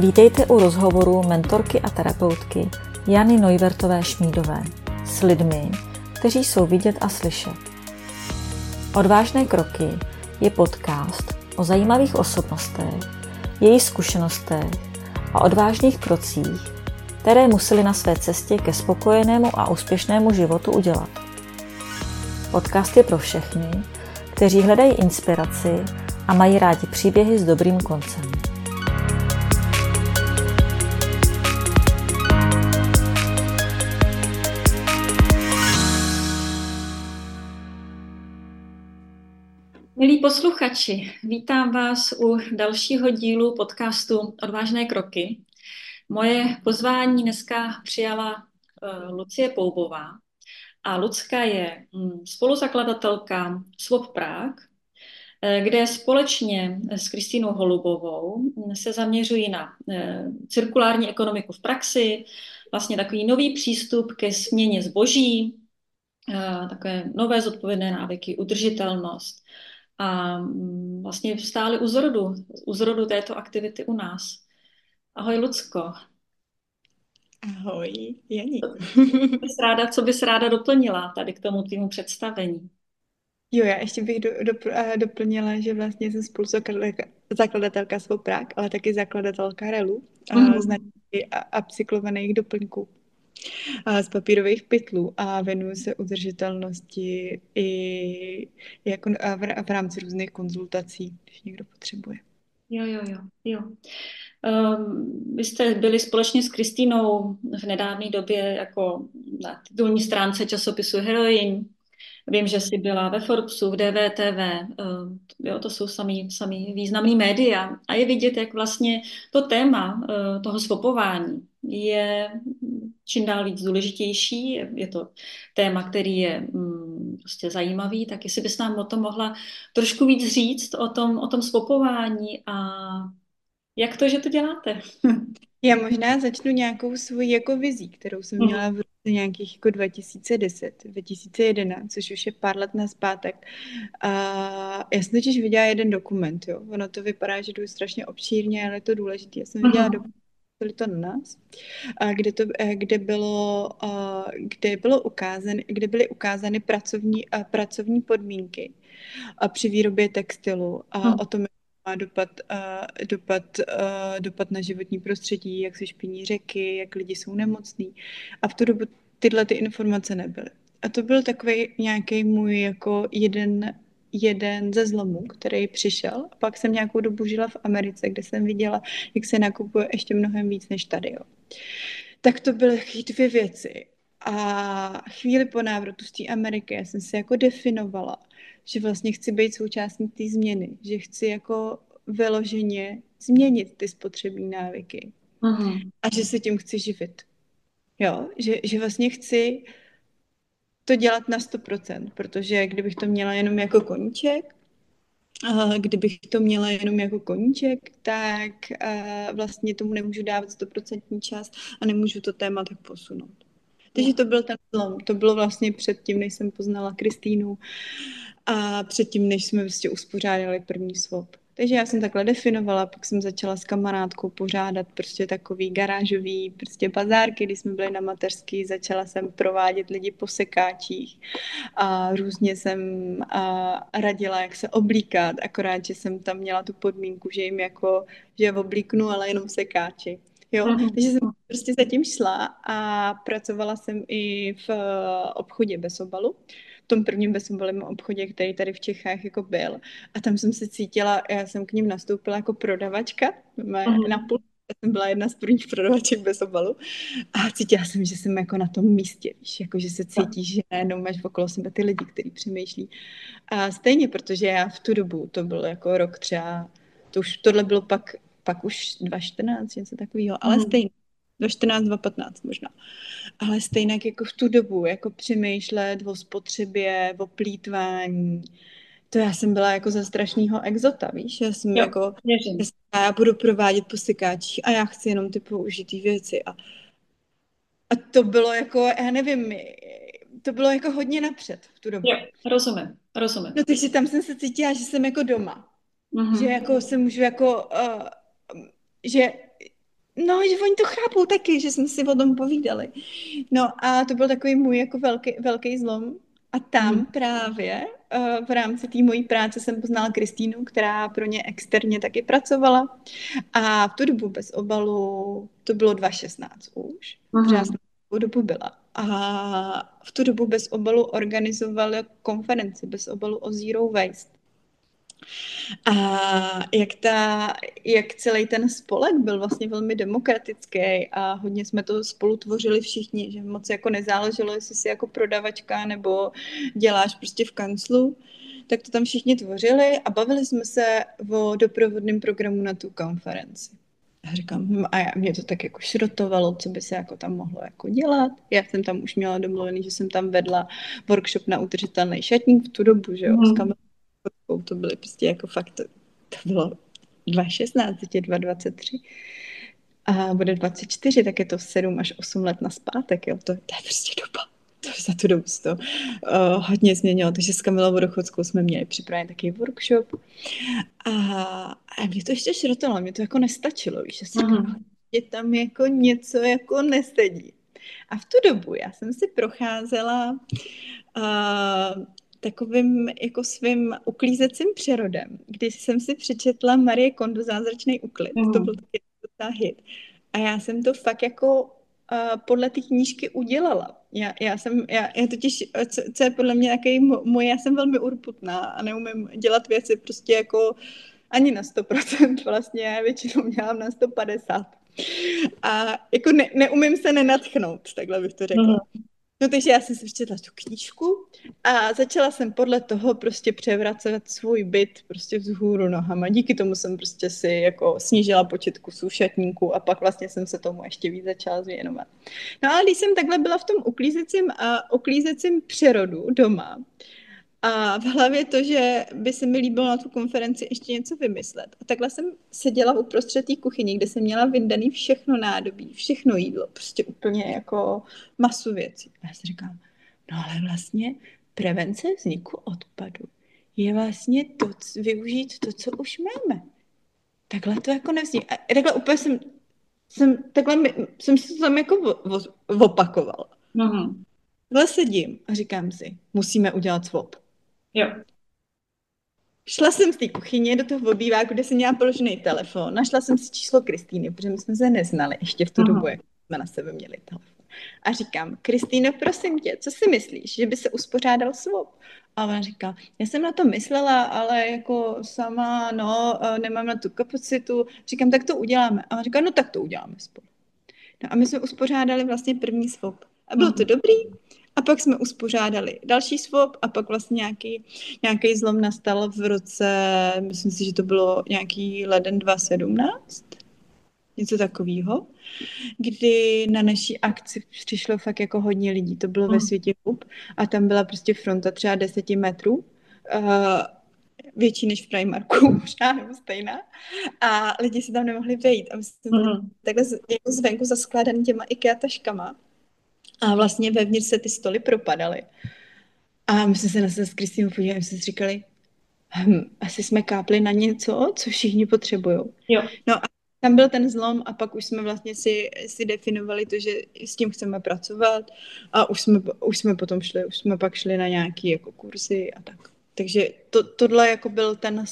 Vítejte u rozhovoru mentorky a terapeutky Jany Neuwirthové-Šmídové s lidmi, kteří jsou vidět a slyšet. Odvážné kroky je podcast o zajímavých osobnostech, jejich zkušenostech a odvážných krocích, které museli na své cestě ke spokojenému a úspěšnému životu udělat. Podcast je pro všechny, kteří hledají inspiraci a mají rádi příběhy s dobrým koncem. Milí posluchači, vítám vás u dalšího dílu podcastu Odvážné kroky. Moje pozvání dneska přijala Lucie Poubová a Lucka je spoluzakladatelka Swap Prague, kde společně s Kristýnou Holubovou se zaměřují na cirkulární ekonomiku v praxi, vlastně takový nový přístup ke směně zboží, takové nové zodpovědné návyky, udržitelnost. A vlastně stáli u zrodu této aktivity u nás. Ahoj, Lucko. Ahoj, Jani. Co bys ráda doplnila tady k tomu tvýmu představení? Jo, já ještě bych doplnila, že vlastně jsem spoluzakladatelka Swap Prague, ale taky zakladatelka RELu, značky a upcyklovaných doplňků z papírových pytlů a věnuju se udržitelnosti i jako v rámci různých konzultací, když někdo potřebuje. Jo. Vy jste byli společně s Kristýnou v nedávné době jako na titulní stránce časopisu Heroin. Vím, že jsi byla ve Forbesu, v DVTV, to jsou samý významný média a je vidět, jak vlastně to téma toho swapování je čím dál víc důležitější, je to téma, který je prostě zajímavý, tak jestli bys nám o tom mohla trošku víc říct, o tom swapování a jak to, že to děláte? Já možná začnu nějakou svoji jako vizí, kterou jsem měla v roce nějakých jako 2010, 2011, což už je pár let nazpátek. A já jsem totiž viděla jeden dokument, jo. Ono to vypadá, že jdu strašně obšírně, ale je to důležité. Já jsem viděla dokument, to na nás, kde byly ukázány pracovní podmínky při výrobě textilu a o tom, má dopad na životní prostředí, jak se špiní řeky, jak lidi jsou nemocní. A v tu dobu tyhle ty informace nebyly. A to byl takový nějaký můj jako jeden ze zlomů, který přišel. A pak jsem nějakou dobu žila v Americe, kde jsem viděla, jak se nakupuje ještě mnohem víc než tady. Jo. Tak to byly dvě věci. A chvíli po návratu z té Ameriky já jsem si jako definovala, že vlastně chci být součástí té změny, že chci jako vyloženě změnit ty spotřební návyky a že se tím chci živit. Jo, že vlastně chci to dělat na 100%, protože kdybych to měla jenom jako koníček, tak vlastně tomu nemůžu dávat 100% čas a nemůžu to téma tak posunout. Takže to byl ten zlom. To bylo vlastně předtím, než jsem poznala Kristýnu a předtím, než jsme vlastně uspořádali první swap. Takže já jsem takhle definovala, pak jsem začala s kamarádkou pořádat prostě takový garážový prostě bazárky, když jsme byli na mateřský, začala jsem provádět lidi po sekáčích a různě jsem radila, jak se oblíkat, akorát, že jsem tam měla tu podmínku, že jim jako, že oblíknu, ale jenom sekáči. Jo, takže jsem prostě zatím šla a pracovala jsem i v obchodě bez obalu, v tom prvním bezobalovém obchodě, který tady v Čechách jako byl. A tam jsem se cítila, já jsem k ním nastoupila jako prodavačka, na půl, já jsem byla jedna z prvních prodavaček bez obalu a cítila jsem, že jsem jako na tom místě, víš, jako že se cítíš, že najednou máš okolo sebe ty lidi, kteří přemýšlí. A stejně, protože já v tu dobu, to byl jako rok třeba, tohle bylo pak už 2014, něco takového, ale stejně, 2014, 2015 možná. Ale stejně jako v tu dobu, jako přemýšlet o spotřebě, o plýtvání, to já jsem byla jako za strašnýho exota, víš, já jsem jako, já budu provádět po sekáčích a já chci jenom ty použitý věci a to bylo jako, já nevím, to bylo jako hodně napřed v tu dobu. Jo, rozumím. No takže tam jsem se cítila, že jsem jako doma. Že jako se můžu jako, že No, že oni to chápou taky, že jsme si o tom povídali. No a to byl takový můj jako velký zlom. A tam Mhm. právě v rámci té mojí práce jsem poznala Kristýnu, která pro ně externě taky pracovala. A v tu dobu bez obalu, to bylo 2016 už, protože já jsem Mhm. v tu dobu byla. A v tu dobu bez obalu organizovali konferenci bez obalu o Zero Waste. A jak celý ten spolek byl vlastně velmi demokratický a hodně jsme to spolu tvořili všichni, že moc jako nezáleželo, jestli jsi jako prodavačka nebo děláš prostě v kanclu, tak to tam všichni tvořili a bavili jsme se o doprovodném programu na tu konferenci. A říkám, mě to tak jako šrotovalo, co by se jako tam mohlo jako dělat. Já jsem tam už měla domluvený, že jsem tam vedla workshop na udržitelný šatník v tu dobu, že jo, s Mhm. kamarádkou, to byly prostě jako fakt, to bylo 2016, teď je 2023 a bude 24, tak je to 7 až 8 let naspátek, jo, to je prostě doba. To za tu dobu to hodně změnilo, takže s Kamilou Vodochodskou jsme měli připravený takový workshop a mě to ještě šrotalo, mě to jako nestačilo, víš, že si říkám, Mhm. je tam jako něco jako nesedí. A v tu dobu já jsem si procházela takovým jako svým uklízecím přerodem, když jsem si přečetla Marie Kondo Zázračný úklid. To byl Mhm. taky docela hit. A já jsem to fakt jako podle té knížky udělala. Já totiž, co je podle mě takový můj, já jsem velmi urputná a neumím dělat věci prostě jako ani na 100%, vlastně já většinou dělám na 150. A jako neumím se nenadchnout, takhle bych to řekla. Mhm. No takže já jsem si přečetla tu knížku a začala jsem podle toho prostě převracet svůj byt prostě vzhůru nohama. Díky tomu jsem prostě si jako snížila počet kusů šatníků a pak vlastně jsem se tomu ještě víc začala věnovat. No ale když jsem takhle byla v tom uklízecím přerodu doma, a v hlavě to, že by se mi líbilo na tu konferenci ještě něco vymyslet. A takhle jsem seděla uprostřed té kuchyni, kde jsem měla vyndaný všechno nádobí, všechno jídlo, prostě úplně jako masu věcí. A já si říkám, no ale vlastně prevence vzniku odpadu je vlastně využít to, co už máme. Takhle to jako nevznikne. A takhle úplně jsem si to tam jako opakovala. Mhm. Takhle sedím a říkám si, musíme udělat swap. Jo. Šla jsem z té kuchyně do toho obýváku, kde jsem měla položený telefon. Našla jsem si číslo Kristýny, protože my jsme se neznali ještě v tu dobu, Mhm. jak jsme na sebe měli telefon. A říkám, Kristýno, prosím tě, co si myslíš, že by se uspořádal swap? A ona říká, já jsem na to myslela, ale jako sama, no, nemám na tu kapacitu. Říkám, tak to uděláme. A ona říká, no tak to uděláme spolu. No a my jsme uspořádali vlastně první swap. A bylo to Mhm. dobrý. A pak jsme uspořádali další swap a pak vlastně nějaký zlom nastal v roce, myslím si, že to bylo nějaký leden 2017, něco takového, kdy na naší akci přišlo fakt jako hodně lidí. To bylo ve Mhm. Světě hub a tam byla prostě fronta třeba 10 metrů. Větší než v Primarku, možná nebo stejná. A lidi si tam nemohli vejít. A my jsme byli Mhm. takhle jako zvenku zaskládaný těma IKEA taškama. A vlastně vevnitř se ty stoly propadaly. A my jsme se na sebe s Kristýnou podívali, my jsme si říkali, asi jsme kápli na něco, co všichni potřebují. Jo. No a tam byl ten zlom a pak už jsme vlastně si definovali to, že s tím chceme pracovat a už jsme potom už jsme pak šli na nějaké jako kurzy a tak. Takže tohle jako byl ten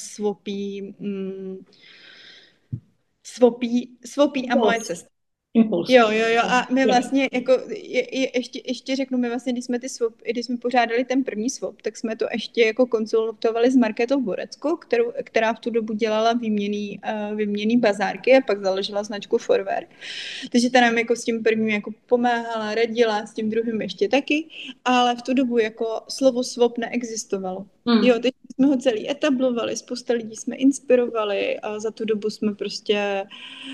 svopí a moje Impuls. cesta. Impuls. Jo. A my Jo. vlastně, jako, ještě řeknu, my vlastně, když jsme pořádali ten první swap, tak jsme to ještě jako konzultovali s Markétou Boreckou, která v tu dobu dělala výměnný bazárky a pak založila značku Forward. Takže ta nám jako s tím prvním jako pomáhala, radila, s tím druhým ještě taky, ale v tu dobu jako slovo swap neexistovalo. Jo, Mhm. teď jsme ho celý etablovali, spousta lidí jsme inspirovali a za tu dobu jsme prostě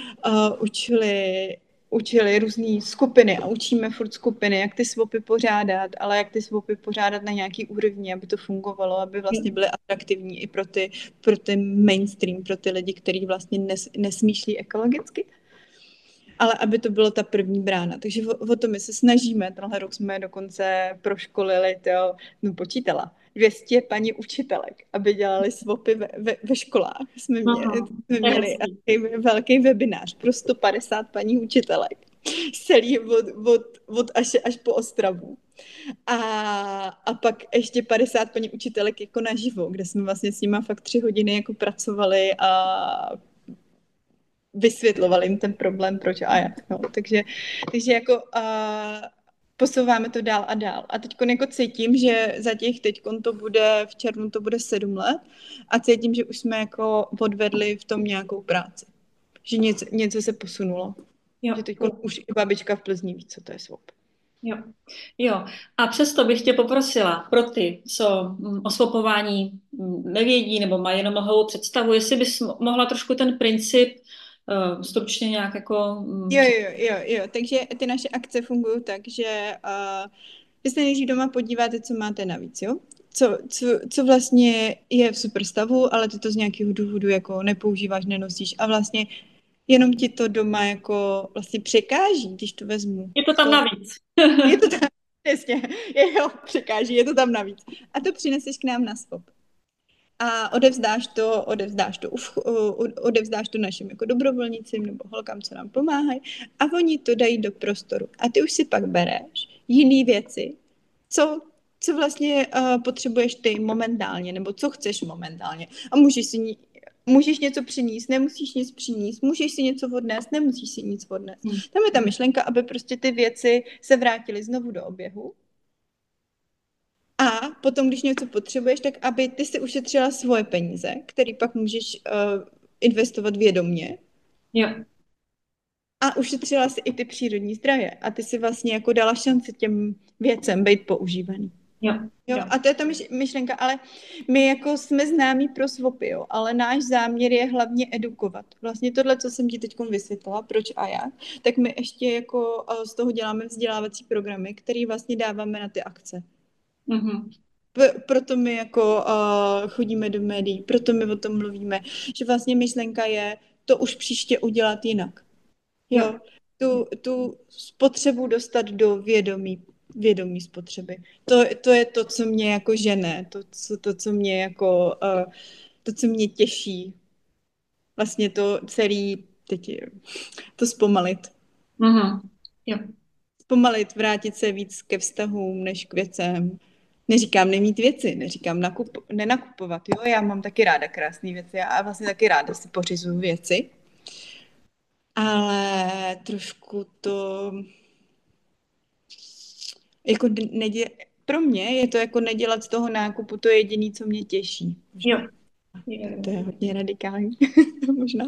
učili různé skupiny a učíme furt skupiny, jak ty swapy pořádat, ale jak ty swapy pořádat na nějaký úrovni, aby to fungovalo, aby vlastně byly atraktivní i pro ty mainstream, pro ty lidi, kteří vlastně nesmýšlí ekologicky, ale aby to bylo ta první brána. Takže o to my se snažíme. Tenhle rok jsme dokonce proškolili, no počítala, 200 paní učitelek, aby dělali swapy ve školách. Jsme Aha, jsme to je měli hezký. velký webinář pro 150 paní učitelek. Celý od až po Ostravu. A pak ještě 50 paní učitelek jako naživo, kde jsme vlastně s nima fakt 3 hodiny jako pracovali a vysvětlovali jim ten problém, proč a jak. No. Takže jako posouváme to dál a dál. A teď jako cítím, že za těch teďkon to bude, v červnu to bude 7 let a cítím, že už jsme jako odvedli v tom nějakou práci. Že něco se posunulo. Jo. Že teďkon už i babička v Plzni ví, co to je swap. Jo, jo. A přesto bych tě poprosila pro ty, co o swapování nevědí nebo mají jenom mlhavou představu, jestli bys mohla trošku ten princip stručně nějak jako... Jo. Takže ty naše akce fungují tak, že vy se nejdřív doma podíváte, co máte navíc, jo? Co vlastně je v super stavu, ale ty to z nějakého důvodu jako nepoužíváš, nenosíš a vlastně jenom ti to doma jako vlastně překáží, když to vezmu. Je to tam navíc. Je to tam, přesně, překáží, je to tam navíc. A to přineseš k nám na swap. A odevzdáš to našim jako dobrovolnicím nebo holkám, co nám pomáhají a oni to dají do prostoru. A ty už si pak bereš jiné věci, co vlastně potřebuješ ty momentálně, nebo co chceš momentálně. A můžeš něco přinést, nemusíš nic přinést, můžeš si něco odnést, nemusíš si nic odnést. Tam je ta myšlenka, aby prostě ty věci se vrátily znovu do oběhu. A potom, když něco potřebuješ, tak aby ty si ušetřila svoje peníze, které pak můžeš investovat vědomně. Jo. A ušetřila si i ty přírodní zdroje. A ty si vlastně jako dala šanci těm věcem být používaný. Jo. A to je ta myšlenka, ale my jako jsme známí pro swapy, jo, ale náš záměr je hlavně edukovat. Vlastně tohle, co jsem ti teď vysvětlila, proč a jak, tak my ještě jako z toho děláme vzdělávací programy, které vlastně dáváme na ty akce. Mm-hmm. Proto my jako chodíme do médií, proto my o tom mluvíme, že vlastně myšlenka je to už příště udělat jinak. Jo, tu spotřebu dostat do vědomí spotřeby. To je to, co mě jako žene, to co mě jako, to, co mě těší. Vlastně to celý, to zpomalit. Mm-hmm. Jo. Zpomalit, vrátit se víc ke vztahům, než k věcem. Neříkám nemít věci, neříkám nenakupovat. Jo, já mám taky ráda krásné věci a vlastně taky ráda si pořizuju věci. Ale trošku to jako pro mě je to jako nedělat z toho nákupu to jediné, co mě těší. Jo. To je hodně radikální, možná.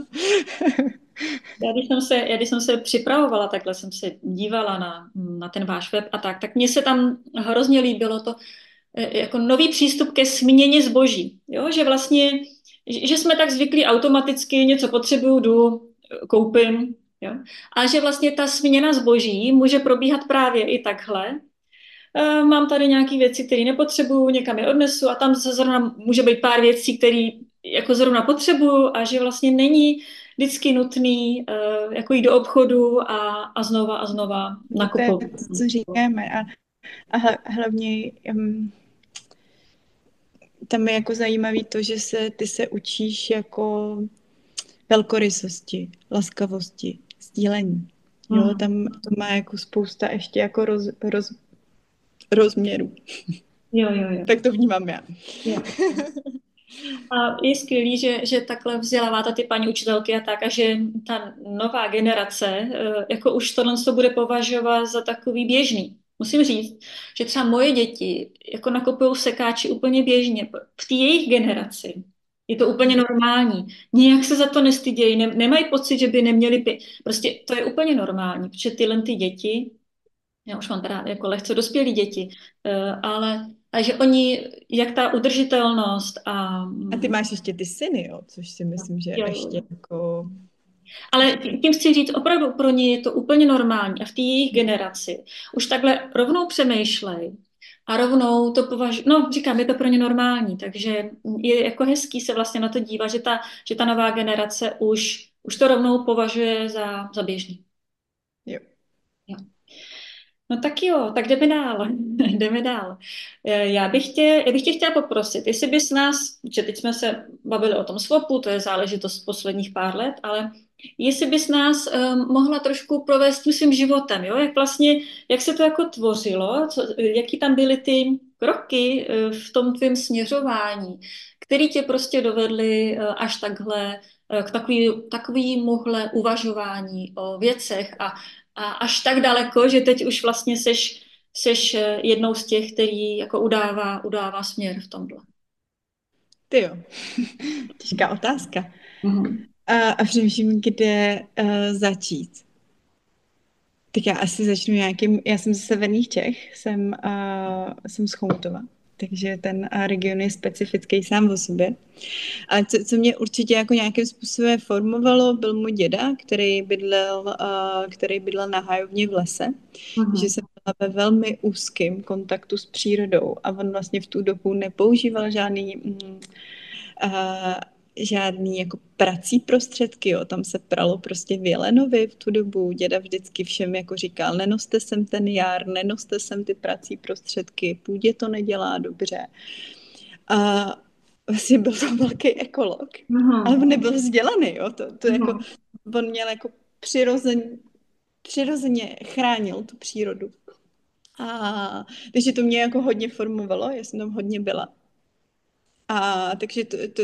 Když jsem se připravovala, takhle jsem se dívala na ten váš web a tak mně se tam hrozně líbilo to jako nový přístup ke směně zboží. Jo? Že vlastně, že jsme tak zvyklí automaticky, něco potřebuju, jdu, koupím. Jo? A že vlastně ta směna zboží může probíhat právě i takhle. Mám tady nějaké věci, které nepotřebuju, někam je odnesu a tam zrovna může být pár věcí, které jako zrovna potřebuju a že vlastně není vždycky nutný jako jít do obchodu a znova nakupovat. To je, co říkáme a hlavně tam je jako zajímavý to, že ty se učíš jako velkorysosti, laskavosti, sdílení. Jo, tam to má jako spousta ještě jako rozměrů. Jo. Tak to vnímám já. Jo. A je skvělý, že takhle vzděláváte ty paní učitelky a tak, a že ta nová generace jako už tohle bude považovat za takový běžný. Musím říct, že třeba moje děti jako nakupují sekáči úplně běžně. V té jejich generaci je to úplně normální. Nijak se za to nestydějí, nemají pocit, že by neměli prostě to je úplně normální, protože tyhle ty děti, já už mám teda jako lehce dospělí děti, ale že oni, jak ta udržitelnost a... A ty máš ještě ty syny, jo, což si myslím, že ještě jako... Ale tím chci říct, opravdu pro ně je to úplně normální a v té jejich generaci už takhle rovnou přemýšlej a rovnou to považuji, no říkám, je to pro ně normální, takže je jako hezký se vlastně na to dívat, že ta nová generace už to rovnou považuje za běžný. Jo. No tak jo, tak jdeme dál. Jdeme dál. Já bych tě chtěla poprosit, jestli bys nás, že teď jsme se bavili o tom swapu, to je záležitost posledních pár let, ale jestli bys nás mohla trošku provést tím svým životem, jo? Jak vlastně, jak se to jako tvořilo, jaký tam byly ty kroky v tom tvém směřování, který tě prostě dovedly až takhle k takovýmuhle uvažování o věcech a až tak daleko, že teď už vlastně seš jednou z těch, který jako udává směr v tomhle. Ty jo, těžká otázka. Mhm. A přemýšlím, kde začít. Tak já asi začnu nějakým, já jsem ze severních Čech, jsem z Chomutova, takže ten region je specifický sám o sobě. Ale co mě určitě jako nějakým způsobem formovalo, byl můj děda, který bydlel na hájovně v lese, že Mhm. jsem byla ve velmi úzkém kontaktu s přírodou a on vlastně v tu dobu nepoužíval žádný jako prací prostředky, jo. Tam se pralo prostě v Jelenovi v tu dobu. Děda vždycky všem jako říkal, nenoste sem ten jár, nenoste sem ty prací prostředky, půdě to nedělá dobře. A vlastně byl to velký ekolog, ale Mhm. on nebyl vzdělaný, jo. To jako, Mhm. on měl jako přirozeně chránil tu přírodu. Takže to mě jako hodně formovalo, já jsem tam hodně byla. Takže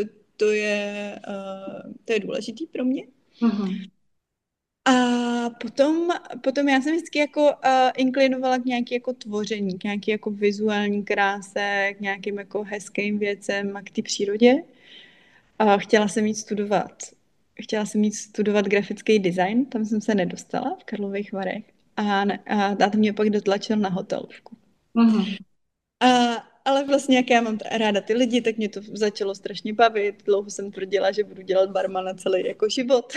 to je důležitý pro mě. Mhm. A potom já jsem vždycky jako inklinovala k nějaké jako tvoření, k nějaké jako vizuální kráse, k nějakým jako hezkým věcem a k té přírodě. A chtěla jsem jít studovat grafický design, tam jsem se nedostala v Karlových Varech. A táta mě pak dotlačil na hotelovku. Mhm. Ale vlastně, jak já mám ráda ty lidi, tak mě to začalo strašně bavit. Dlouho jsem tvrdila, že budu dělat barmana celý jako život.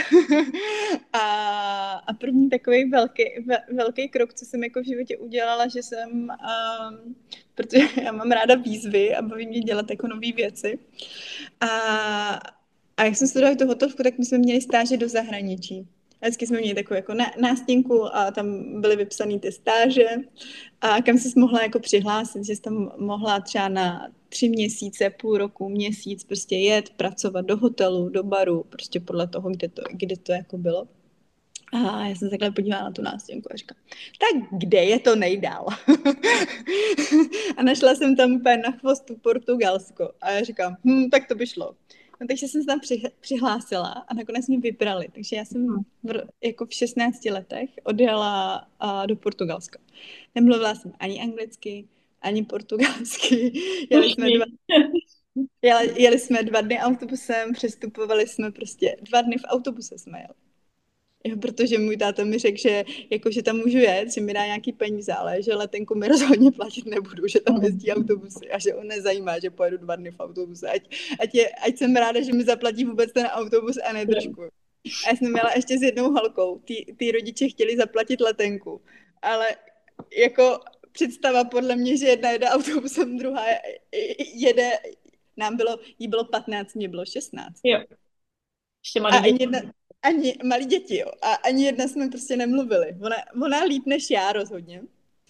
a první takový velký krok, co jsem jako v životě udělala, že jsem, protože já mám ráda výzvy a baví mě dělat jako nové věci. A, a jak jsem studovala tu hotovku, tak my jsme měli stáže do zahraničí. A vždycky jsme měli takovou jako nástěnku a tam byly vypsané ty stáže a kam jsi mohla jako přihlásit, že jsi tam mohla třeba na 3 měsíce, půl roku, měsíc prostě jet, pracovat do hotelu, do baru, prostě podle toho, kde to jako bylo. A já jsem se takhle podívala na tu nástěnku a říkám, tak kde je to nejdál? A našla jsem tam úplně na chvostu Portugalsko. A já říkám, tak to by šlo. No, takže jsem se tam přihlásila a nakonec mě vybrali. Takže já jsem jako v 16 letech odjela do Portugalska. Nemluvila jsem ani anglicky, ani portugalsky. Jeli jsme dva, Slušný. jeli jsme 2 dny autobusem, přestupovali jsme prostě 2 dny v autobuse jsme jeli. Jo, protože můj táta mi řekl, že, jako, že tam můžu jet, že mi dá nějaký peníze, ale že letenku mi rozhodně platit nebudu, že tam jezdí autobusy a že on nezajímá, že pojedu 2 dny v autobuse. Ať jsem ráda, že mi zaplatí vůbec ten autobus a ne držku. A já jsem měla ještě s jednou holkou. Ty rodiče chtěli zaplatit letenku, ale jako představa podle mě, že jedna jede autobusem, druhá jede, jí bylo 15, mě bylo 16. Jo, ještě A malý děti. ani malí děti, jo. A ani jedna jsme prostě nemluvili. Ona líp než já rozhodně.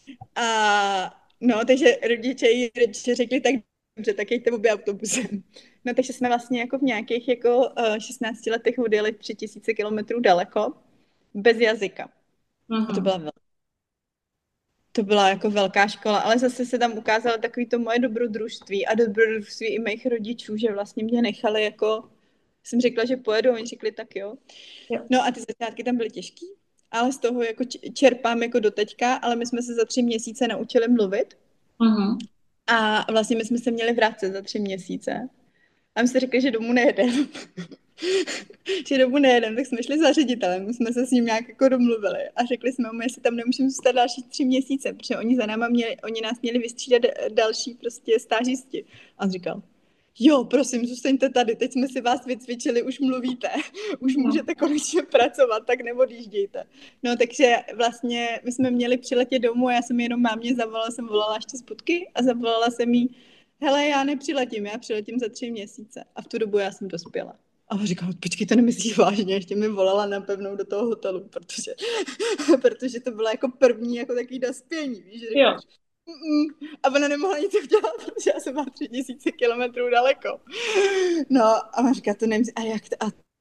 No, takže rodiče řekli, tak dobře, tak jeďte obě autobusem. No, takže jsme vlastně jako v nějakých jako 16 letech odjeli 3000 kilometrů daleko, bez jazyka. A Mhm. to byla jako velká škola, ale zase se tam ukázalo takový to moje dobrodružství a dobrodružství i mých rodičů, že vlastně mě nechali jako, jsem řekla, že pojedu, oni řekli tak jo. Jo. No a ty začátky tam byly těžký, ale z toho jako čerpám jako do teďka, ale my jsme se za 3 měsíce naučili mluvit Mhm. a vlastně my jsme se měli vrátit za 3 měsíce. A my jsme řekli, že domů nejedeme. Že domů nejedeme, tak jsme šli za ředitelem, my jsme se s ním nějak jako domluvili a řekli jsme mu, jestli tam nemůžeme zůstat další 3 měsíce, protože oni nás měli vystřídat další prostě stážisti. A on říkal, jo, prosím, zůstaňte tady, teď jsme si vás vycvičili, už mluvíte, už můžete konečně pracovat, tak neodjíždějte. No, takže vlastně my jsme měli přiletět domů a já jsem jenom mámě zavolala, jsem volala ještě z Putky a zavolala jsem jí, hele, já nepřiletím, já přiletím za 3 měsíce. A v tu dobu já jsem dospěla. A on říkal, počkej, to nemyslíš vážně, ještě mi volala na pevnou do toho hotelu, protože to bylo jako první jako takový dospění, víš, že Jo. řekneš, a ona nemohla nic udělat, protože já jsem byla 3000 kilometrů daleko. No a on říká, to nemyslíš, a jak to,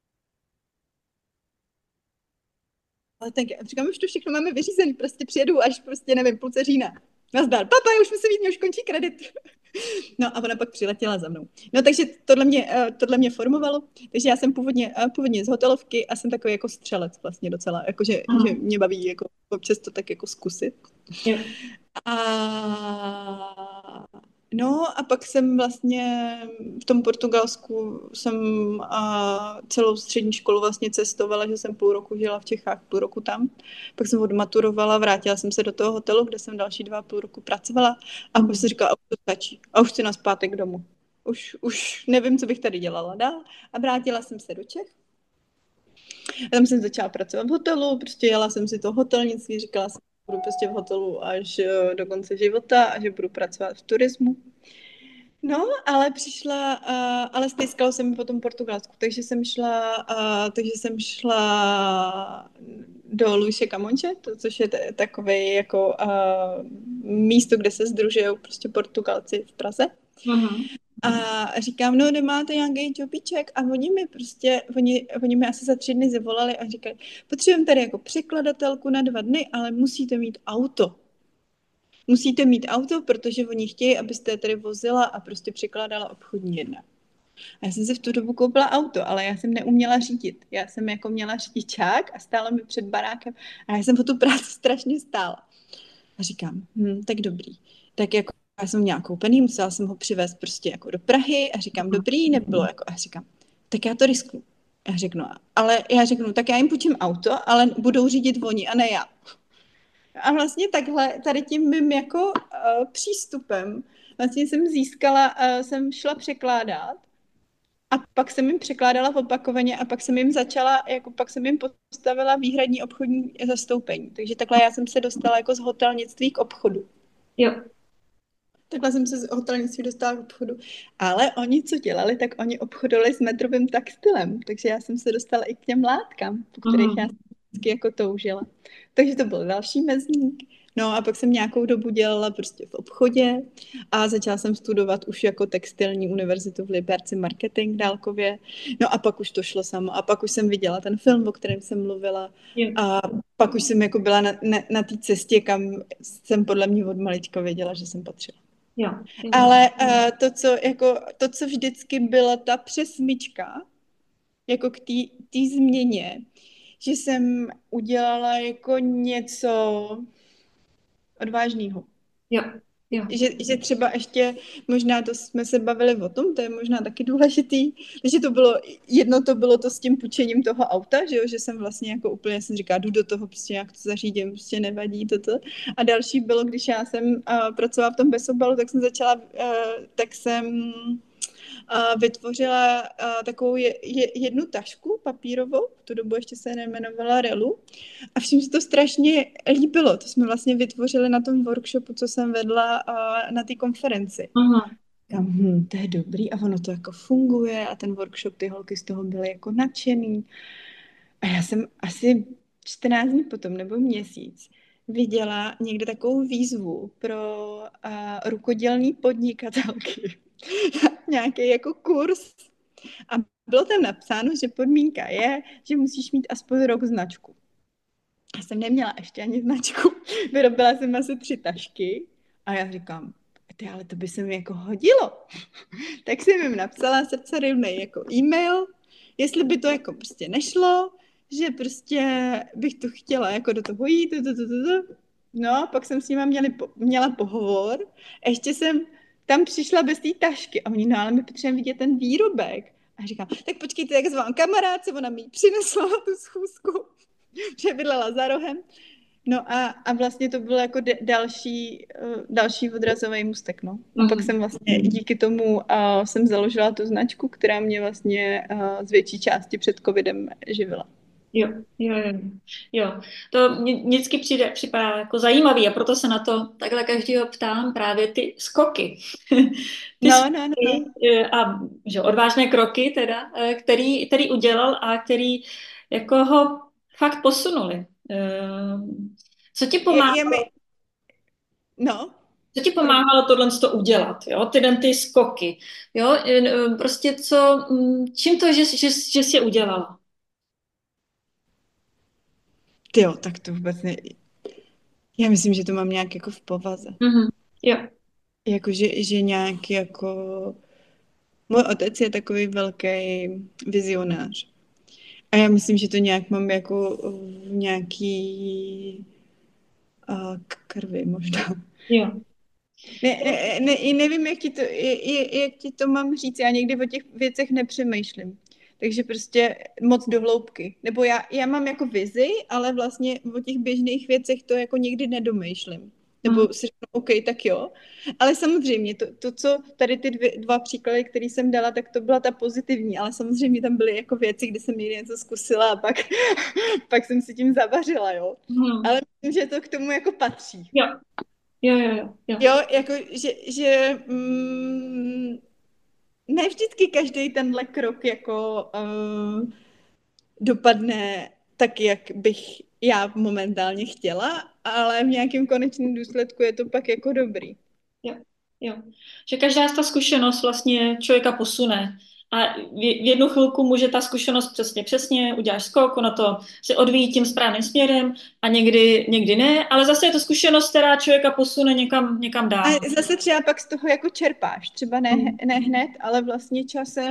ale tak říkám, už to všechno máme vyřízený, prostě přijedu až prostě, nevím, půlce října. Nazdar, papa, já už musím jít, mě už končí kredit. No a ona pak přiletěla za mnou. No takže tohle mě formovalo, takže já jsem původně z hotelovky a jsem takový jako střelec vlastně docela, jakože že mě baví jako občas to tak jako zkusit. Jo. No a pak jsem vlastně v tom Portugalsku jsem celou střední školu vlastně cestovala, že jsem půl roku žila v Čechách, půl roku tam. Pak jsem odmaturovala, vrátila jsem se do toho hotelu, kde jsem další 2,5 roku pracovala a pak jsem říkala, už to stačí a už chci nazpátek domů. Už nevím, co bych tady dělala dál a vrátila jsem se do Čech. A tam jsem začala pracovat v hotelu, prostě jela jsem si to hotelnictví, říkala jsem, že budu prostě v hotelu až do konce života a že budu pracovat v turismu. No, ale stejskalo se mi potom Portugalsku, takže jsem šla do Luise Camonche, což je takové jako místo, kde se sdružují prostě Portugalci v Praze. A říkám, no nemáte nějaký jobíček a oni mi asi za 3 dny zavolali a říkali, potřebujeme tady jako překladatelku na 2 dny, ale musíte mít auto. Musíte mít auto, protože oni chtějí, abyste je tady vozila a prostě překládala obchodní jedna. A já jsem si v tu dobu koupila auto, ale já jsem neuměla řídit. Já jsem jako měla řidičák a stála mi před barákem a já jsem o tu práci strašně stála. A říkám, tak dobrý. Tak jako já jsem měla koupený, musela jsem ho přivést prostě jako do Prahy a říkám, dobrý, nebylo jako, a říkám, tak já to risknu. Já řeknu, tak já jim půjčím auto, ale budou řídit oni a ne já. A vlastně takhle, tady tím mým jako přístupem, vlastně jsem šla překládat a pak jsem jim překládala opakovaně a pak jsem jim postavila výhradní obchodní zastoupení. Takže takhle já jsem se dostala jako z hotelnictví k obchodu. Jo. Takhle jsem se z hotelnictví dostala k obchodu. Ale oni, co dělali, tak oni obchodovali s metrovým textilem. Takže já jsem se dostala i k těm látkám, po kterých já jsem vždycky jako toužila. Takže to byl další mezník. No a pak jsem nějakou dobu dělala prostě v obchodě a začala jsem studovat už jako textilní univerzitu v Liberci marketing dálkově. No a pak už to šlo samo. A pak už jsem viděla ten film, o kterém jsem mluvila. A pak už jsem jako byla na té cestě, kam jsem podle mě od malička věděla, že jsem patřila. Jo. Ale to, co vždycky byla ta přesmyčka, jako k té změně, že jsem udělala jako něco odvážného. Jo. Jo. Že třeba ještě, možná to jsme se bavili o tom, to je možná taky důležitý, takže to bylo to s tím půjčením toho auta, že jsem vlastně jako úplně jsem říkala, jdu do toho, prostě nějak to zařídím, prostě nevadí toto. A další bylo, když já jsem pracovala v tom Besobalu, tak jsem vytvořila takovou jednu tašku papírovou, v tu dobu ještě se nejmenovala Relu a všem se to strašně líbilo. To jsme vlastně vytvořili na tom workshopu, co jsem vedla na té konferenci. To je dobrý a ono to jako funguje a ten workshop, ty holky z toho byly jako nadšený. A já jsem asi 14 dní potom nebo měsíc viděla někde takovou výzvu pro rukodělní podnikatelky. Nějaký jako kurz. A bylo tam napsáno, že podmínka je, že musíš mít aspoň rok značku. Já jsem neměla ještě ani značku. Vyrobila jsem asi 3 tašky a já říkám, ale to by se mi jako hodilo. Tak jsem jim napsala srdcerivnej jako e-mail, jestli by to jako prostě nešlo, že prostě bych to chtěla jako do toho jít. No, pak jsem s nima měla pohovor. Ještě jsem tam přišla bez té tašky a oni, no ale my potřebujeme vidět ten výrobek. A říkám, tak počkejte, jak zvám kamarádce, ona mi ji přinesla na tu schůzku, že bydlela za rohem. No a vlastně to byl jako další odrazový můstek, no. A pak jsem vlastně díky tomu jsem založila tu značku, která mě vlastně z větší části před covidem živila. Jo. To mě vždycky připadá jako zajímavý a proto se na to takhle každýho ptám, právě ty skoky. No. A že odvážné kroky teda, který udělal a který jako ho fakt posunuli. Co ti Je mi, pomáhalo, no, co ti pomáhalo tohle to udělat, jo? Ty skoky, jo? Prostě čím to, že jsi je udělala? tyjo, tak to vůbec ne... Já myslím, že to mám nějak jako v povaze. Mhm. Jo, Jako, že nějak jako... Můj otec je takový velký vizionář. A já myslím, že to nějak mám jako v nějaký krvi možná. jo, Nevím, jak ti to mám říct. Já někdy o těch věcech nepřemýšlím. Takže prostě moc do hloubky. Nebo já mám jako vizi, ale vlastně o těch běžných věcech to jako nikdy nedomýšlím. mhm. Nebo si řeknu, OK, tak jo. Ale samozřejmě co tady ty dva příklady, které jsem dala, tak to byla ta pozitivní. Ale samozřejmě tam byly jako věci, kdy jsem někdy něco zkusila a pak, pak jsem si tím zavařila, jo. Mhm. Ale myslím, že to k tomu jako patří. Jo, jo. Jo, jako, že ne vždycky každý tenhle krok jako dopadne tak, jak bych já momentálně chtěla, ale v nějakém konečném důsledku je to pak jako dobrý. Jo, jo. Že každá ta zkušenost vlastně člověka posune. A v jednu chvilku může ta zkušenost přesně, uděláš skok, ono to se odvíjí tím správným směrem a někdy ne, ale zase je to zkušenost, která člověka posune někam A dál. zase třeba pak z toho jako čerpáš. Třeba Mm. ne hned, ale vlastně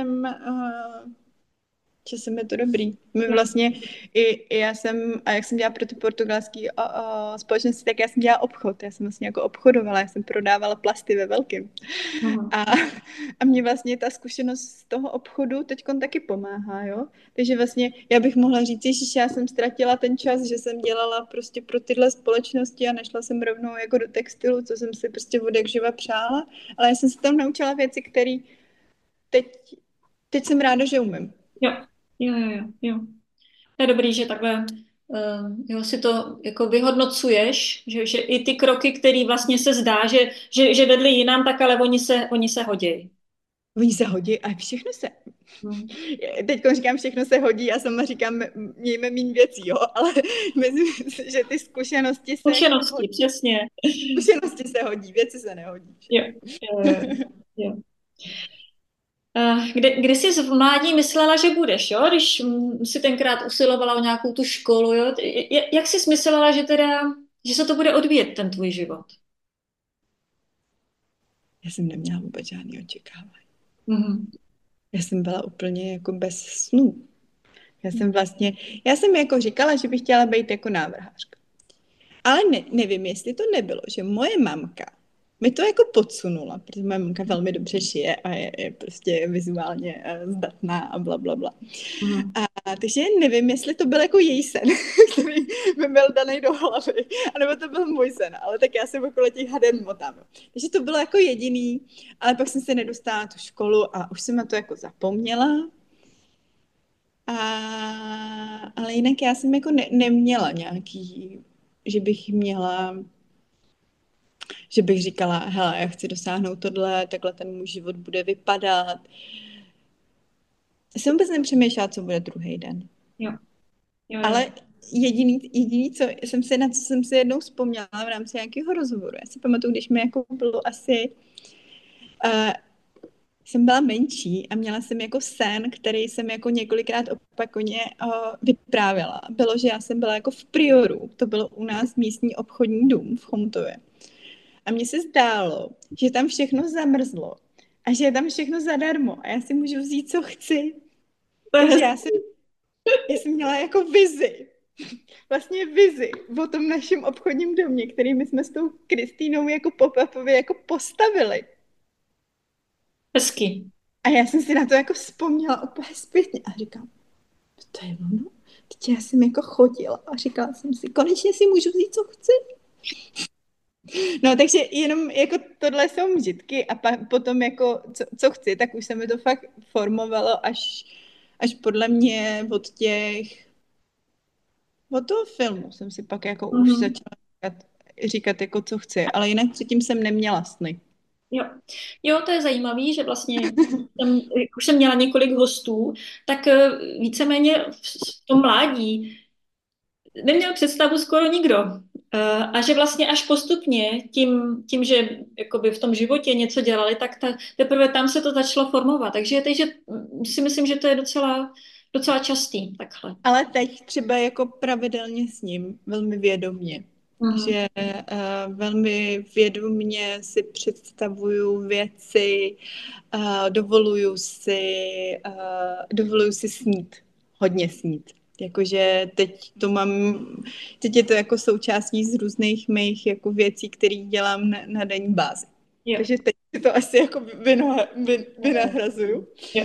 časem je to dobrý. My Jo. vlastně, i já jsem, a jak jsem dělala pro ty portugalské společnosti, tak já jsem dělala obchod. Já jsem vlastně jako obchodovala, já jsem prodávala plasty ve velkém. Mhm. A, a mě vlastně ta zkušenost z toho obchodu teď taky pomáhá, jo. Takže vlastně já bych mohla říct, že já jsem ztratila ten čas, že jsem dělala prostě pro tyhle společnosti a nešla jsem rovnou jako do textilu, co jsem si prostě od jak živa přála, ale já jsem se tam naučila věci, které teď, teď jsem ráda, že umím. Jo, jo. To je dobrý, že takhle jo, si to jako vyhodnocuješ, že i ty kroky, které vlastně se zdá, že vedly jinam, tak ale oni se hodí. Oni se hodí a všechno se... Hmm. Teď říkám, všechno se hodí a sama říkám, mějme méně věcí, jo, ale myslím si, že ty zkušenosti se jako Zkušenosti, hodí. přesně. Zkušenosti se hodí, věci se nehodí. Jo, jo. Kdy jsi v mládí myslela, že budeš, jo? Když si tenkrát usilovala o nějakou tu školu, jo? Jak jsi myslela, že se to bude odvíjet, ten tvůj život? Já jsem neměla vůbec žádný očekávání. Mhm. Já jsem byla úplně jako bez snů. Já jsem jako říkala, že bych chtěla být jako návrhářka. Ale nevím, jestli to nebylo, že moje mamka mi to jako podsunula, protože moje mamka velmi dobře šije a je prostě vizuálně zdatná a bla, bla, bla. Mhm. Takže nevím, jestli to byl jako její sen, který by byl daný do hlavy, anebo to byl můj sen, ale tak já se okolo těch haden motám. Takže to bylo jako jediný, ale pak jsem se nedostala na tu školu a už jsem na to jako zapomněla. Ale jinak já jsem jako neměla nějaký, že bych měla, že bych říkala, hele, já chci dosáhnout tohle, takhle ten můj život bude vypadat. Jsem vůbec nepřemýšlela, co bude druhý den. Jo, jo. Ale jediný, na co jsem se jednou vzpomněla v rámci nějakého rozhovoru. Já si pamatuju, když mi jako bylo asi, jsem byla menší a měla jsem jako sen, který jsem jako několikrát opakovaně vyprávěla. Bylo, že já jsem byla jako v Prioru, to bylo u nás místní obchodní dům v Chomutově. A mně se zdálo, že tam všechno zamrzlo a že je tam všechno zadarmo a já si můžu vzít, co chci. Takže já jsem měla jako vizi. Vlastně vizi o tom našem obchodním domě, který my jsme s tou Kristýnou jako pop-upově jako postavili. Hezky. A já jsem si na to jako vzpomněla úplně zpětně a říkám, to je ono. Teď já jsem jako chodila a říkala jsem si, konečně si můžu vzít, co chci. No, takže jenom jako tohle jsou mžitky a potom jako co chci, tak už se mi to fakt formovalo až podle mě od toho filmu jsem si pak jako už Mhm. začala říkat jako co chci, ale jinak předtím jsem neměla sny. Jo. Jo, to je zajímavé, že vlastně jak už jsem měla několik hostů, tak víceméně v tom mládí neměl představu skoro nikdo. A že vlastně až postupně tím, že jakoby v tom životě něco dělali, tak teprve tam se to začalo formovat. Takže si myslím, že to je docela častý takhle. Ale teď třeba jako pravidelně s ním, velmi vědomně. Mhm. Že velmi vědomně si představuju věci, dovoluju si snít, hodně snít. Jakože teď je to jako součástí z různých mých jako věcí, které dělám na denní bázi. Jo. Takže teď si to asi jako vynahrazuju. Jo.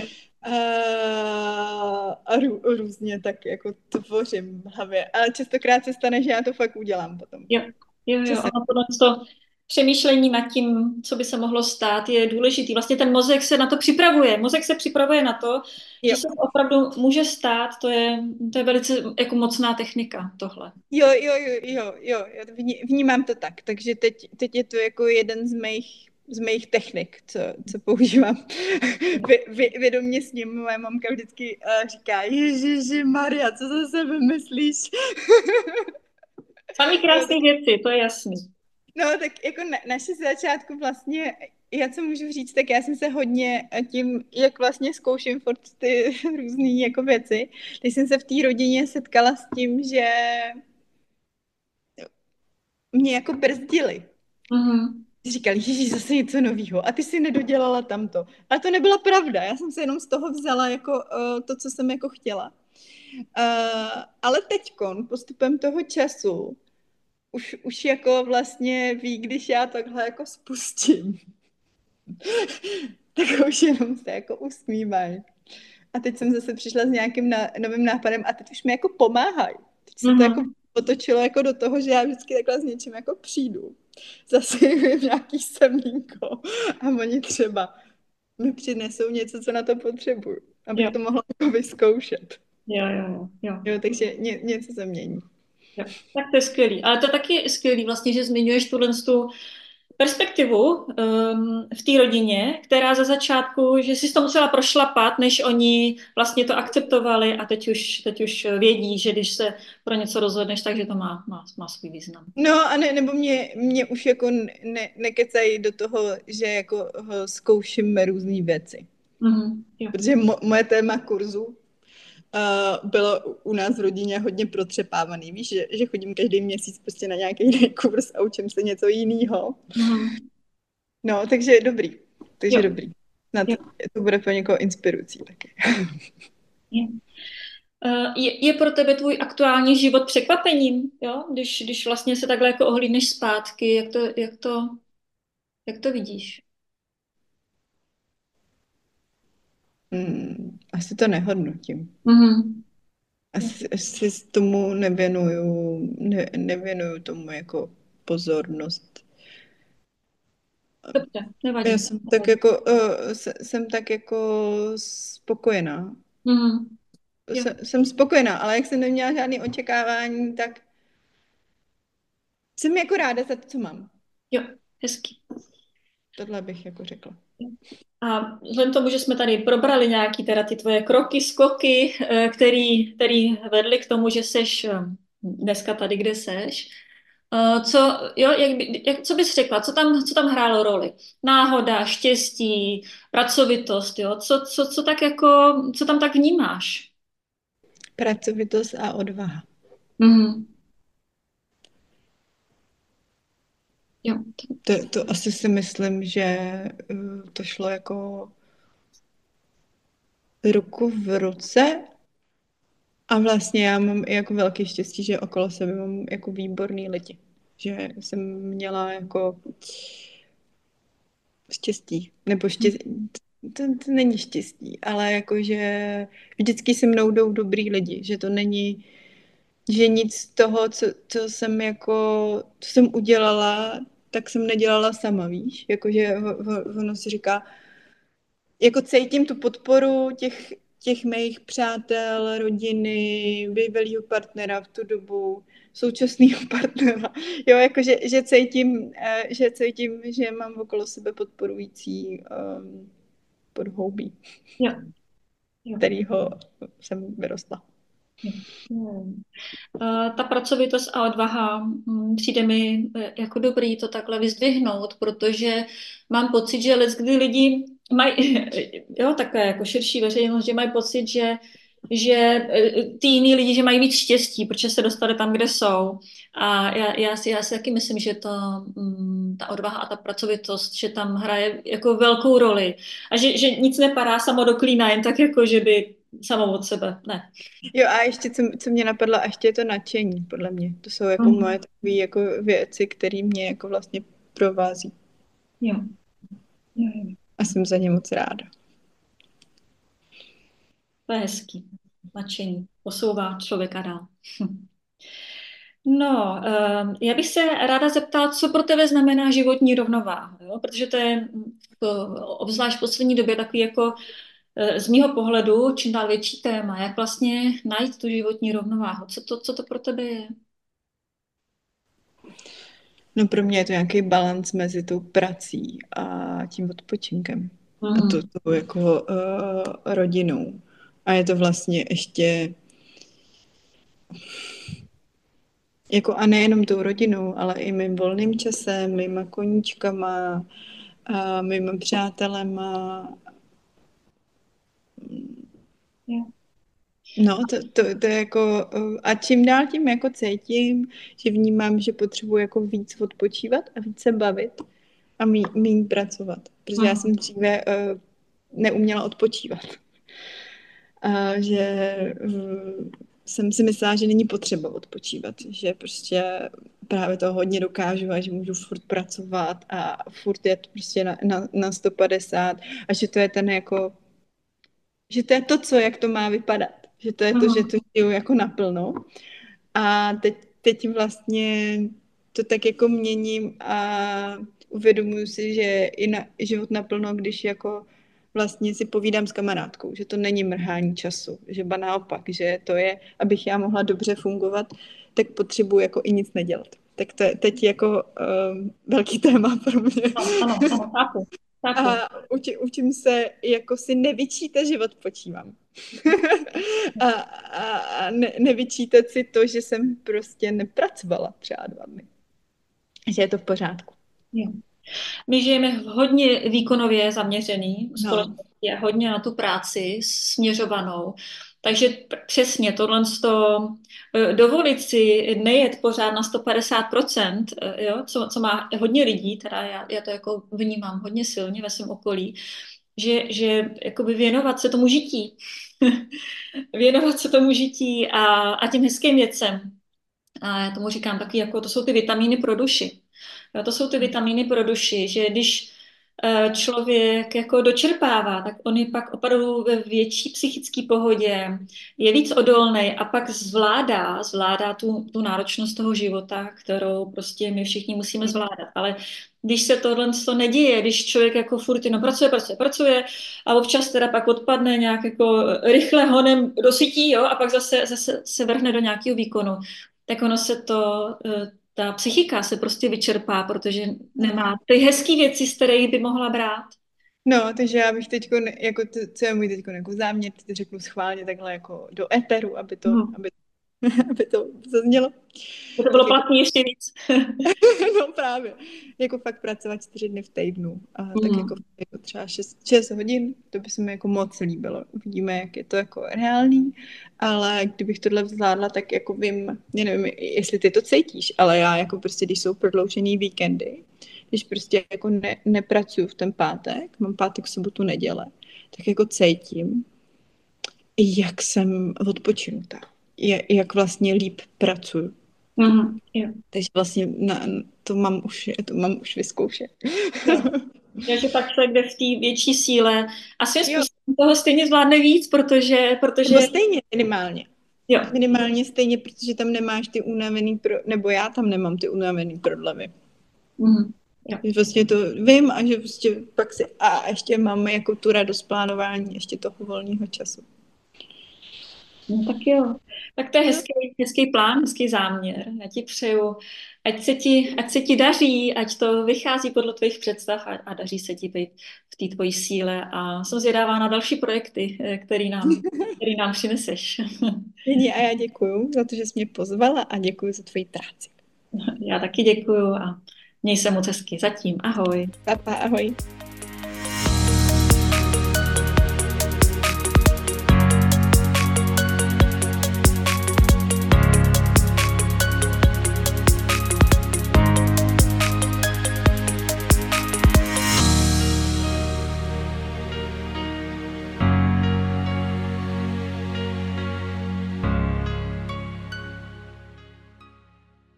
Různě tak jako tvořím v hlavě. Ale častokrát se stane, že já to fakt udělám potom. Jo, jo. Přesně. Ono to přemýšlení nad tím, co by se mohlo stát, je důležitý. Vlastně ten mozek se na to připravuje. Mozek se připravuje na to, že Jo. se opravdu může stát. To je velice jako mocná technika, tohle. Jo, já vnímám to tak. Takže teď je to jako jeden z mých technik, co používám. Vědomě s ním moje mamka vždycky říká, Ježiši Maria, co zase vymyslíš? Samý krásné věci, to je jasný. No, tak jako naše začátku vlastně, já co můžu říct, tak já jsem se hodně tím, jak vlastně zkouším furt ty různé jako věci, tak jsem se v té rodině setkala s tím, že mě jako brzdili. Mhm. Říkali, Ježíš, zase něco nového a ty si nedodělala tamto. Ale to nebyla pravda, já jsem se jenom z toho vzala jako to, co jsem jako chtěla. Ale teďkon, postupem toho času, už jako vlastně ví, když já takhle jako spustím, tak už jenom se jako usmívají. A teď jsem zase přišla s nějakým novým nápadem a teď už mi jako pomáhají. Teď se to jako Mhm. otočilo jako do toho, že já vždycky takhle s něčím jako přijdu. Zase jim nějaký semínko a oni třeba mi přinesou něco, co na to potřebuju, abych Jo, to mohla jako vyzkoušet. jo. Jo, takže něco se mění. Jo. Tak to je skvělý. Ale to je taky skvělý vlastně, že zmiňuješ tu perspektivu v té rodině, která ze začátku, že si to musela prošlapat, než oni vlastně to akceptovali a teď už vědí, že když se pro něco rozhodneš, takže to má svůj význam. No a nebo mě už jako nekecají do toho, že jako zkoušíme různé věci. Jo. Protože moje téma kurzu bylo u nás v rodině hodně protřepávaný. Víš, že chodím každý měsíc prostě na nějaký jiný kurz a učím se něco jiného. Mhm. No, takže dobrý. Takže Jo. dobrý. Snad Jo. to bude pro někoho inspirující taky. Jo. Je pro tebe tvůj aktuální život překvapením, jo? Když vlastně se takhle jako ohlídneš zpátky, jak to vidíš? Asi to nehodnotím. Mhm. Asi tomu nevěnuju tomu jako pozornost. Dobře, Já nevadí. jsem tak jako spokojená. Mhm. Jo, Jsem spokojená, ale jak jsem neměla žádné očekávání, tak jsem jako ráda za to, co mám. jo, hezký. Tohle bych jako řekla. A vzhledem k tomu, že jsme tady probrali nějaký teda ty tvoje kroky, skoky, který vedly k tomu, že seš dneska tady, kde seš, co bys řekla, co tam hrálo roli? Náhoda, štěstí, pracovitost, jo? Co tam tak vnímáš? Pracovitost a odvaha. Mhm. Jo. To asi si myslím, že to šlo jako ruku v ruce a vlastně já mám i jako velký štěstí, že okolo sebe mám jako výborný lidi. Že jsem měla jako štěstí, nebo štěstí, to není štěstí, ale jako, že vždycky se mnou jdou dobrý lidi, že to není, že nic z toho, co jsem jako, co jsem udělala, tak jsem nedělala sama, víš, jakože ono si říká, jako cítím tu podporu těch mých přátel, rodiny, bývalého partnera v tu dobu, současného partnera. Jo, jako že cítím, že mám okolo sebe podporující podhoubí, Jo, jo. kterýho jsem vyrostla. Jo. Jo. Ta pracovitost a odvaha přijde mi jako dobrý to takhle vyzdvihnout, protože mám pocit, že leckdy lidi mají, jo, také jako širší veřejnost, že mají pocit, že ty jiný lidi, že mají víc štěstí, protože se dostali tam, kde jsou. A já si taky myslím, že ta odvaha a ta pracovitost, že tam hraje jako velkou roli. A že nic nepadá samo do klína, jen tak jako, že by samo od sebe. Ne. Jo a ještě, co mě napadlo, a ještě je to nadšení, podle mě. To jsou jako moje takové jako věci, které mě jako vlastně provází. Jo. Jo, jo. A jsem za ně moc ráda. To je hezký. Nadšení. Posouvá člověka dál. No, já bych se ráda zeptala, co pro tebe znamená životní rovnováha, jo? Protože to je obzvlášť v poslední době takový jako z mýho pohledu čím dál větší téma, jak vlastně najít tu životní rovnováhu. Co to pro tebe je? No pro mě je to nějaký balans mezi tou prací a tím odpočinkem. A to jako rodinou. A je to vlastně ještě jako a nejenom tou rodinou, ale i mým volným časem, mýma koníčkama, a mýma přátelema. Jo. No, to je jako, a čím dál tím jako cítím, že vnímám, že potřebuji jako víc odpočívat a víc se bavit a míň pracovat. Protože já jsem dříve neuměla odpočívat. A že jsem si myslela, že není potřeba odpočívat, že prostě právě to hodně dokážu a že můžu furt pracovat a furt je to prostě na 150 a že to je ten jako, že to je to, co, jak to má vypadat. Že to je to, že to žiju jako naplno. A teď vlastně to tak jako měním a uvědomuji si, že i na život naplno, když jako vlastně si povídám s kamarádkou, že to není mrhání času, že ba naopak, že to je, abych já mohla dobře fungovat, tak potřebuji jako i nic nedělat. Tak to je teď jako velký téma pro mě. Ano, chápu. A učím se jako si nevyčítat, že odpočívám. a nevyčítat si to, že jsem prostě nepracovala třeba 2 dny. Že je to v pořádku. Jo. My žijeme hodně výkonově zaměřený, společnosti a hodně na tu práci směřovanou. Takže přesně tohle dovolit si nejet pořád na 150%, jo, co má hodně lidí, teda já to jako vnímám hodně silně ve svém okolí, že jakoby věnovat se tomu žití. Věnovat se tomu žití a těm hezkým věcem. A já tomu říkám taky, jako to jsou ty vitamíny pro duši. Jo, to jsou ty vitamíny pro duši, že když člověk jako dočerpává, tak on je pak opravdu ve větší psychické pohodě, je víc odolný a pak zvládá tu náročnost toho života, kterou prostě my všichni musíme zvládat. Ale když se tohle neděje, když člověk jako furt jenom pracuje a občas teda pak odpadne nějak jako rychle honem do sítí, jo, a pak zase se vrhne do nějakého výkonu, tak ono se ta psychika se prostě vyčerpá, protože nemá ty hezké věci, z kterých by mohla brát. No, takže já bych teď, jako co je můj teď jako záměr, teď řeknu schválně takhle jako do éteru, aby to zaznělo. To bylo platný ještě víc. No právě. Jako fakt pracovat 4 dny v týdnu. A tak jako třeba 6 hodin, to by se mi jako moc líbilo. Uvidíme, jak je to jako reálný, ale kdybych tohle zvládla, tak jako vím, nevím, jestli ty to cítíš, ale já jako prostě, když jsou prodloužený víkendy, když prostě jako nepracuju v ten pátek, mám pátek, sobotu, neděle, tak jako cítím, jak jsem odpočinutá. Jak vlastně líp pracuju. Jo. Takže vlastně to mám už vyzkoušet. Takže pak člověk jde v té větší síle a svým způsobem toho stejně zvládne víc, protože... Nebo stejně minimálně. Jo. Minimálně stejně, protože tam nemáš ty unavený, nebo já tam nemám ty unavený prodlevy. Jo. Vlastně to vím a že prostě pak si, a ještě máme jako tu radost plánování ještě toho volného času. No tak jo. Tak to je Jo. hezký plán, hezký záměr. Já ti přeju, ať se ti daří, ať to vychází podle tvých představ a daří se ti být v té tvojí síle. A jsem zvědavá na další projekty, který nám přineseš. Nyní a já děkuju za to, že jsi mě pozvala a děkuju za tvoji práci. Já taky děkuju a měj se moc hezky. Zatím. Ahoj. Papa, ahoj.